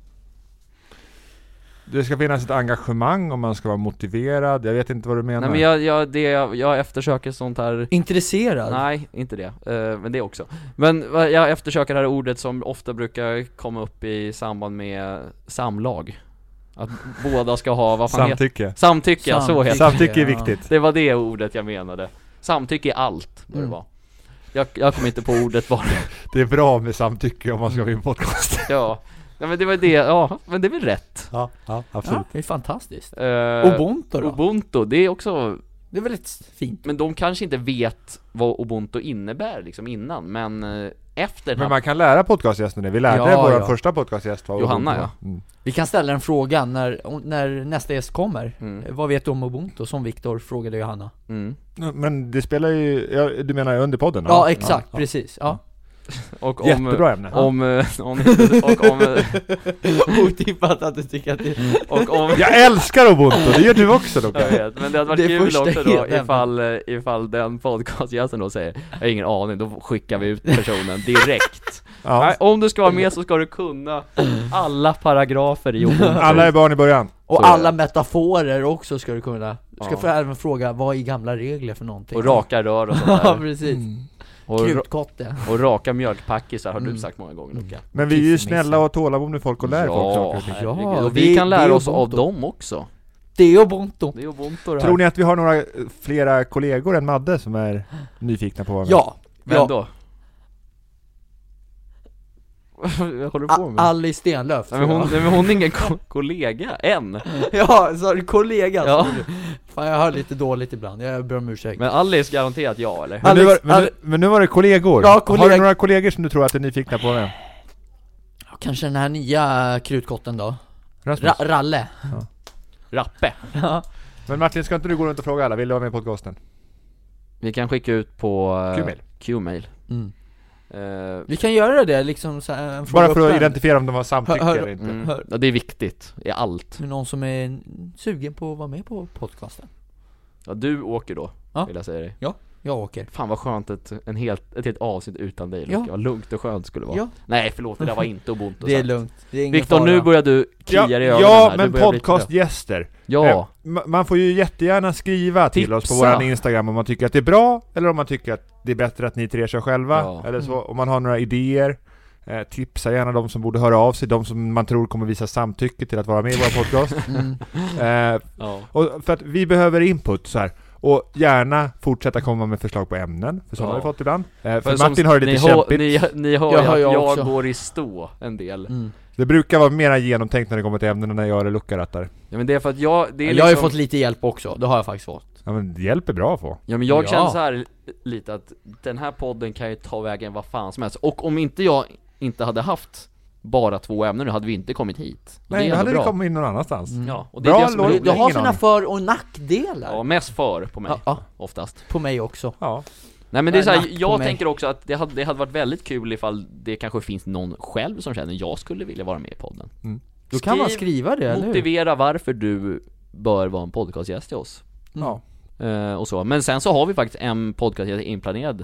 Det ska finnas ett engagemang om man ska vara motiverad. Jag vet inte vad du menar. Nej, men jag eftersöker sånt här... Intresserad? Nej, inte det. Men det också. Men jag eftersöker det här ordet som ofta brukar komma upp i samband med samlag. Att båda ska ha, vad fan Samtycke. Samtycke, ja, så heter det. Samtycke är viktigt. Det var det ordet jag menade. Samtycke är allt, bör det vara. Jag kom inte på ordet bara. Det är bra med samtycke om man ska vara i en podcast. Ja, men det var det, ja, men det är väl rätt. Ja, absolut. Ja, det är fantastiskt. Ubuntu då? Ubuntu, det är också... Det är väldigt fint. Men de kanske inte vet vad Ubuntu innebär liksom innan, men efter... Men man kan lära podcastgästen det. Vi lärde vår första podcastgäst var Johanna, Ubuntu. ja. Vi kan ställa en fråga när nästa gäst kommer. Vad vet du om Ubuntu? Som Viktor frågade Johanna. Men det spelar ju... du menar under podden? Ja, exakt, precis. Ja. Och om, jättebra ämne. Otippat att du tycker att det... Jag älskar Ubuntu, det gör du också då. Jag vet, men det hade varit kul också då ifall den podcastgästen då säger jag har ingen aning, då skickar vi ut personen direkt. Nej, om du ska vara med så ska du kunna alla paragrafer i Ubuntu. Alla är barn i början. Och alla metaforer också ska du kunna. Du ska få även fråga, vad är gamla regler för någonting? Och raka rör och sånt där. Ja, precis. Krutkotte. Och raka mjölkpackisar har du sagt många gånger, Luka. Men vi är ju snälla och tålamod med folk och lär folk saker. Ja, och vi kan lära oss av dem också. Det är Ubuntu. Det är Ubuntu. Tror ni att vi har några flera kollegor än Madde som är nyfikna på vad? Ja. Vem då? Jag håller på med Alice Stenlöf. Men hon är ingen kollega än. Ja, så kollega. Ja. Fan, jag hör lite dåligt ibland. Jag ber om ursäkt. Men Alice garanterat ja, eller? Men nu var det kollegor. Ja, har du några kollegor som du tror att är nyfikna på det? Kanske den här nya krutkotten då. Ralle. Ja. Rappe. Ja. Men Martin, ska inte du gå runt och fråga alla? Vill du vara med på podcasten? Vi kan skicka ut på Q-mail. Vi kan göra det liksom så här, bara för att identifiera om de har samtycke eller inte. Ja, det är viktigt i allt. Någon som är sugen på att vara med på podcasten. Ja, du åker då, vill jag säga dig. Ja, jag åker. Fan vad skönt ett helt avsnitt utan dig, Luka. Vad lugnt och skönt skulle vara. Ja. Nej, förlåt, det där var inte Ubuntu. Det är lugnt. Det är ingen Viktor, nu börjar du klia dig i ögonen. Ja, men podcastgäster. Ja. Man får ju jättegärna skriva till oss på våran Instagram om man tycker att det är bra eller om man tycker att det är bättre att ni tre kör själva eller så. Om man har några idéer, tipsa gärna de som borde höra av sig, de som man tror kommer visa samtycke till att vara med i vår podcast. Och för att vi behöver input så här. Och gärna fortsätta komma med förslag på ämnen, för sådana har vi fått ibland. För Martin har det lite kämpigt. Ni hör jag går i stå en del. Det brukar vara mer genomtänkt när det kommer till ämnen när jag eller Luca rattar. Ja, men det är för att jag har ju fått lite hjälp också, det har jag faktiskt fått. Ja, men hjälp är bra att få. Ja, men jag känner så här lite att den här podden kan ju ta vägen vad fan som helst. Och om jag inte hade haft bara 2 ämnen, nu hade vi inte kommit hit. Nej, då hade vi kommit in någon annanstans. Ja, och det är det som du har sina för- och nackdelar. Ja, mest för på mig, oftast. På mig också. Ja. Nej, men det är så här, jag tänker också att det hade varit väldigt kul ifall det kanske finns någon själv som känner jag skulle vilja vara med i podden. Då kan man skriva det, eller? Motivera varför du bör vara en podcastgäst till oss. Ja. Och så. Men sen så har vi faktiskt en podcastgäst inplanerad.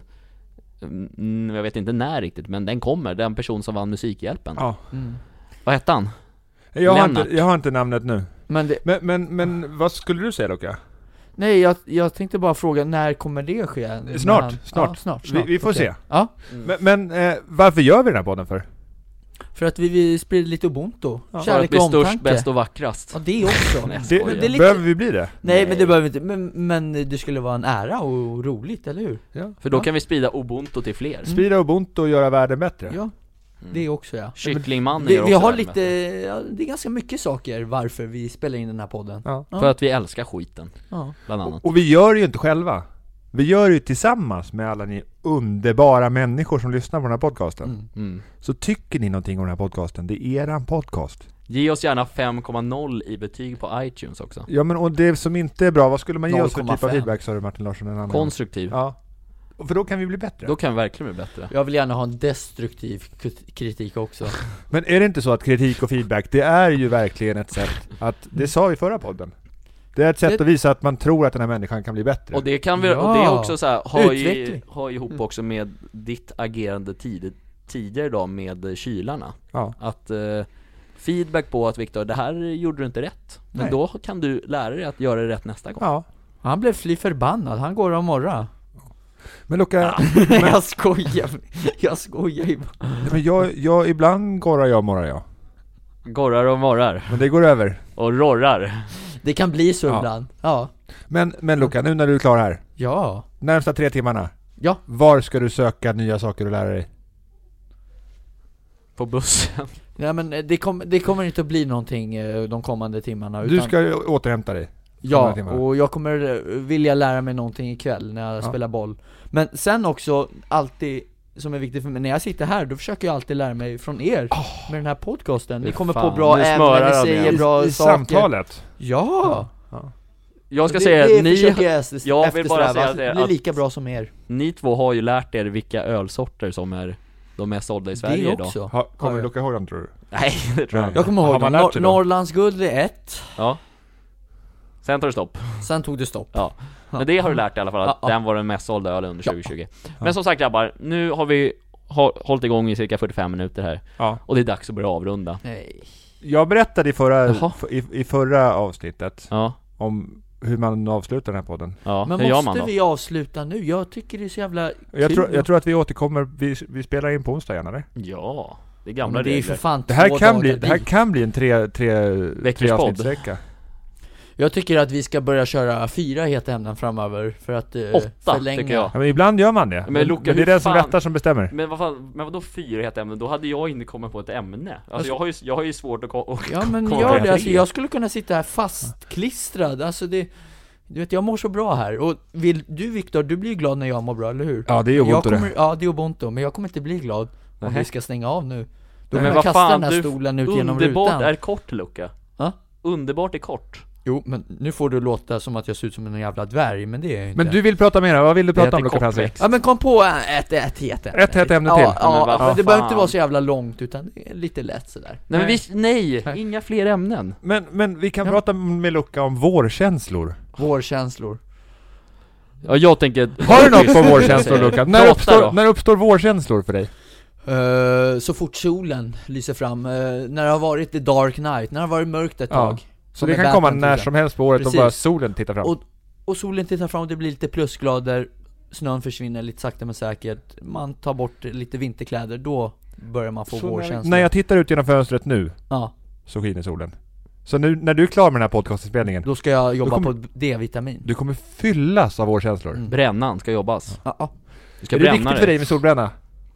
Jag vet inte när riktigt, men den kommer. Den person som vann Musikhjälpen. Ja. Vad hette han? Jag har inte namnet nu. Men vad skulle du säga, Luca? Nej, jag tänkte bara fråga, när kommer det ske? Snart. Ja, snart. Vi får se. Ja. Men varför gör vi den här podden för? För att vi sprider lite Ubuntu. För att Kärlek bli och störst, omtanke. bäst och vackrast. Ja, det också. Behöver vi bli det? Nej, men det behöver vi inte. Men det skulle vara en ära och roligt, eller hur? Ja. För då kan vi sprida Ubuntu till fler. Sprida Ubuntu och göra världen bättre. Ja, det också, ja. Kycklingmannen Vi gör också har världen lite, bättre. det är ganska mycket saker varför vi spelar in den här podden. Ja. För att vi älskar skiten, Ja. bland annat. Och vi gör det ju inte själva. Vi gör det ju tillsammans med alla ni underbara människor som lyssnar på den här podcasten. Så tycker ni någonting om den här podcasten, det är eran podcast. Ge oss gärna 5,0 i betyg på iTunes också. Ja, men och det som inte är bra, vad skulle man ge oss för typ av 0,5. feedback, sa du, Martin Larsson? En annan. Konstruktiv. Ja. För då kan vi bli bättre. Då kan vi verkligen bli bättre. Jag vill gärna ha en destruktiv kritik också. Men är det inte så att kritik och feedback, det är ju verkligen ett sätt att, det sa vi i förra podden, det är ett sätt att visa att man tror att den här människan kan bli bättre. Och det kan vi, och det är också så här, har ihop också med ditt agerande tidigare då med kylarna. Ja. Att feedback på att Viktor, det här gjorde du inte rätt. Men då kan du lära dig att göra det rätt nästa gång. Ja. Han blev fly förbannad, han går och morra. Men Luca, Jag skojar ju bara. men jag ibland morrar jag. Gorrar och morrar. Men det går över. Och rorrar. Det kan bli så ibland. Ja. Men Luca, nu när du är klar här, Ja. närmsta 3 timmarna, Ja. var ska du söka nya saker att lära dig? På bussen. Ja, men det kommer inte att bli någonting de kommande timmarna. Du ska återhämta dig. Ja, och jag kommer vilja lära mig någonting ikväll när jag spelar boll. Men sen också, alltid som är viktigt för mig, när jag sitter här, då försöker jag alltid lära mig från er med den här podcasten. Ni kommer på bra ämnen, ni säger bra i saker. Samtalet. Ja. Jag ska säga att jag vill bara säga att det blir lika bra som er. Ni två har ju lärt er vilka ölsorter som är de mest sålda i Sverige det idag. också. Kommer du Luca ihåg dem, tror du? Nej, det tror jag inte. Jag kommer ihåg dem. Norrlands guld är 1. Ja. Sen tar det stopp. Sen tog det stopp. Ja. Men det har du lärt i alla fall, att den var den mest sålda ölen under 2020. Men som sagt grabbar, nu har vi hållit igång i cirka 45 minuter här. Ja. Och det är dags att börja avrunda. Nej. Jag berättade i förra avsnittet om hur man avslutar den här podden. Ja, men hur gör måste man då? vi avsluta nu? Jag tycker det är så jävla kul. Jag tror att vi återkommer, vi spelar in på onsdag igen, eller? Ja, det är gamla det är regler. för fan det här kan bli en tre avsnittsvecka. Jag tycker att vi ska börja köra 4 heta ämnen framöver för att 8 förlänga. tycker jag. Ja, men ibland gör man det. Men Luca, det är den som rättar som bestämmer. Men vadå 4 heta ämnen? Då hade jag inte kommit på ett ämne. Alltså jag har ju svårt att ja, men gör det. Alltså, jag skulle kunna sitta här fastklistrad. Alltså det, du vet, jag mår så bra här. Och vill du, Viktor, du blir glad när jag mår bra, eller hur? Ja, det är Ubuntu. Ja, det är Ubuntu. Men jag kommer inte bli glad om vi ska stänga av nu. Då men kan jag kasta den här stolen ut genom rutan. Underbart är kort, Luca. Underbart är kort. Jo, men nu får du låta som att jag ser ut som en jävla dvärg, men det är inte. Men du vill prata mer, vad vill du prata om, Luca Franzi? Ja, men kom på ett heta ämne. Ett heta ämne till. Ja, men det behöver inte vara så jävla långt, utan det är lite lätt sådär. Nej, inga fler ämnen. Men vi kan prata med Luca om vårkänslor. Vårkänslor. Ja, jag tänker... Har du något på vårkänslor, Luca? När uppstår vårkänslor för dig? Så fort solen lyser fram, när det har varit the dark night, när det har varit mörkt ett tag. Så det kan komma när som helst på året. Precis. Och bara solen tittar fram. Och solen tittar fram och det blir lite plusgrader. Snön försvinner lite sakta men säkert. Man tar bort lite vinterkläder. Då börjar man få vårkänsla. När jag tittar ut genom fönstret nu, så skiner solen. Så nu när du är klar med den här podcastinspelningen, då ska jag jobba på D-vitamin. Du kommer fyllas av vårkänslor. Brännan ska jobbas. Du ska är det viktigt för dig med solbränna?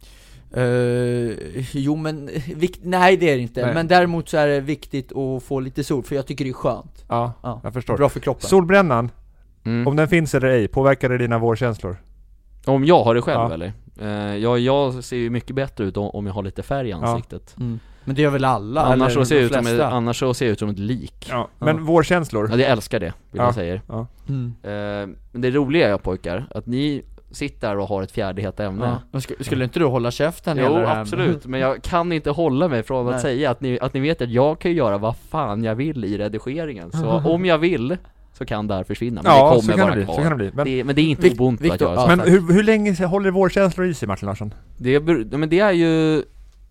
Jo, men nej, det är det inte. Nej. Men däremot så är det viktigt att få lite sol, för jag tycker det är skönt. Ja, jag förstår. Bra för kroppen. Solbrännan, om den finns eller ej, påverkar det dina vårkänslor? Om jag har det själv eller? Jag ser ju mycket bättre ut om jag har lite färg i ansiktet. Men det gör väl alla? Annars så ser jag ut som ett lik. Men vårkänslor? Ja, jag älskar det, vill jag säga. Men det roliga är, pojkar, att ni sitter och har ett fjärde heta ämne. Skulle inte du hålla käften? Jo, absolut. Men jag kan inte hålla mig från att säga att ni vet att jag kan göra vad fan jag vill i redigeringen. Så om jag vill så kan det här försvinna. Men det kommer vara kvar. Så kan det bli. Men det är inte Ubuntu att göra så. Men hur länge håller vårkänslor i sig, Martin Larsson? Men det är ju...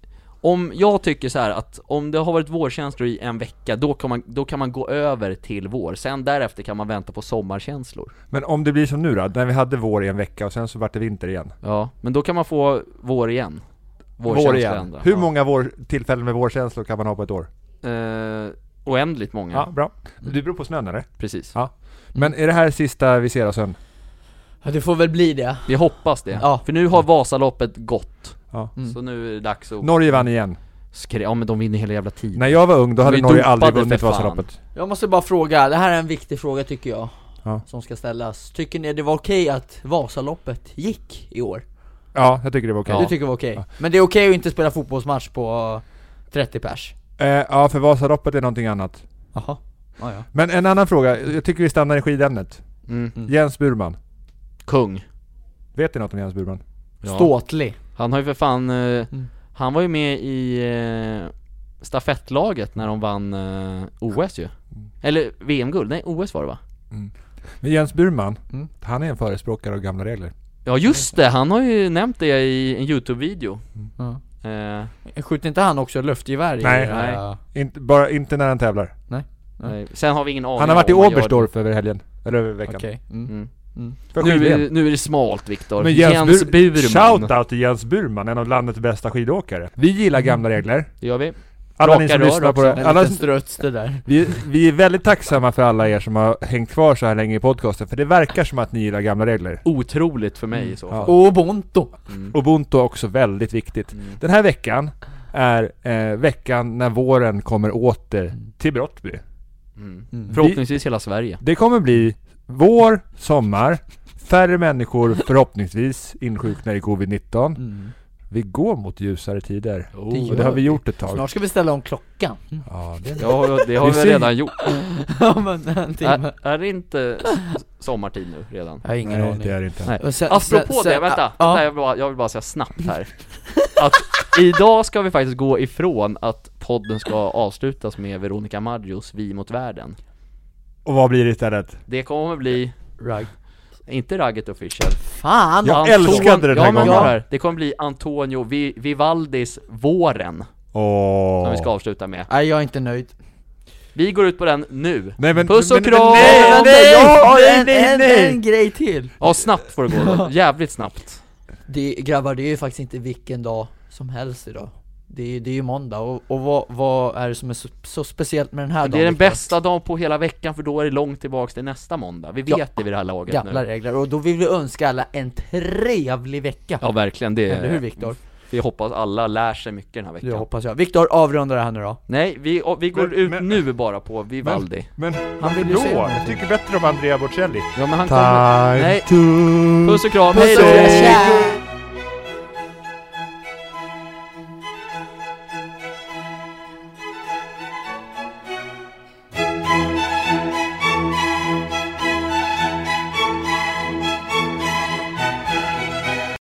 Om jag tycker så här att om det har varit vårkänslor i en vecka, då kan man gå över till vår. Sen därefter kan man vänta på sommarkänslor. Men om det blir som nu då, när vi hade vår i en vecka och sen så vart det vinter igen. Ja, men då kan man få vår igen. Vår igen. Ändå. Hur många tillfällen med vårkänslor kan man ha på ett år? Oändligt många. Ja, bra. Det beror på snön eller? Precis. Ja. Men är det här sista vi ser av snön? Ja, det får väl bli det. Vi hoppas det. Ja. För nu har Vasaloppet gått. Ja. Så nu är det dags att... Norge vann igen. Ja, men de vinner hela jävla tiden. När jag var ung, då hade Vi Norge aldrig dopade vunnit för fan. Vasaloppet. Jag måste bara fråga, det här är en viktig fråga tycker jag. Ja. Som ska ställas. Tycker ni det var okej att Vasaloppet gick i år? Ja, jag tycker det var okej. Ja. Du tycker det var okej? Ja. Men det är okej att inte spela fotbollsmatch på 30 pers? Ja, för Vasaloppet är någonting annat. Jaha. Ja. Men en annan fråga, jag tycker vi stannar i skidämnet. Jens Burman. Kung. Vet ni något om Jens Burman? Ja. Ståtlig. Han har ju för fan... Han var ju med i stafettlaget när de vann OS ju. Eller VM-guld. Nej, OS var det va? Men Jens Burman, han är en förespråkare av gamla regler. Ja just det, han har ju nämnt det i en YouTube-video. Skjuter inte han också luftgevär i? Nej. Inte när han tävlar. Nej. Sen har vi ingen aning. Han har varit i om man gör Oberstdorf över helgen. Eller över veckan. Okej. Nu är det smalt, Viktor. Men Jens Burman. Shoutout till Jens Burman, en av landets bästa skidåkare. Vi gillar gamla regler. Det gör vi. Alla ni som lyssnar på det. Alla struts det där. Vi är väldigt tacksamma för alla er som har hängt kvar så här länge i podcasten. För det verkar som att ni gillar gamla regler. Otroligt för mig i så fall. Ja. Ubuntu. Ubuntu är också väldigt viktigt. Den här veckan är veckan när våren kommer åter till Brottby. Förhoppningsvis hela Sverige. Det kommer bli vår, sommar, färre människor förhoppningsvis insjuknar i covid-19. Vi går mot ljusare tider. Och det har vi gjort ett tag. Snart ska vi ställa om klockan. Ja, det har vi redan gjort. Ja, men en timme. Är det inte sommartid nu redan? Jag har ingen aning. Det är det inte. Nej. Apropå det, vänta. Jag vill bara säga snabbt här. Att idag ska vi faktiskt gå ifrån att podden ska avslutas med Veronica Maggios Vi mot världen. Och vad blir det istället? Det kommer bli inte Ragget Official. Fan! Jag älskade den här gången. Det kommer bli Antonio Vivaldis Våren. Som vi ska avsluta med. Nej, jag är inte nöjd. Vi går ut på den nu. Nej, men, puss och kram! Nej, en grej till. Ja, snabbt får det gå. Jävligt snabbt. Grabbar, det är ju faktiskt inte vilken dag som helst idag. Det är ju måndag. Och vad är det som är så speciellt med den här dagen? Det är den bästa dagen på hela veckan, för då är det långt tillbaks till nästa måndag. Vi vet det vid det här laget gamla nu. regler. Och då vill vi önska alla en trevlig vecka. Ja, verkligen. Eller hur, Viktor? Vi hoppas alla lär sig mycket den här veckan. Det hoppas jag. Viktor, avrundar det här nu då. Nej, vi går ut nu bara på Vivaldi. Men han vill ju se. Jag tycker bättre om Andrea Bocelli. Ja, men han kommer. Nej. Puss och kram. Hej då.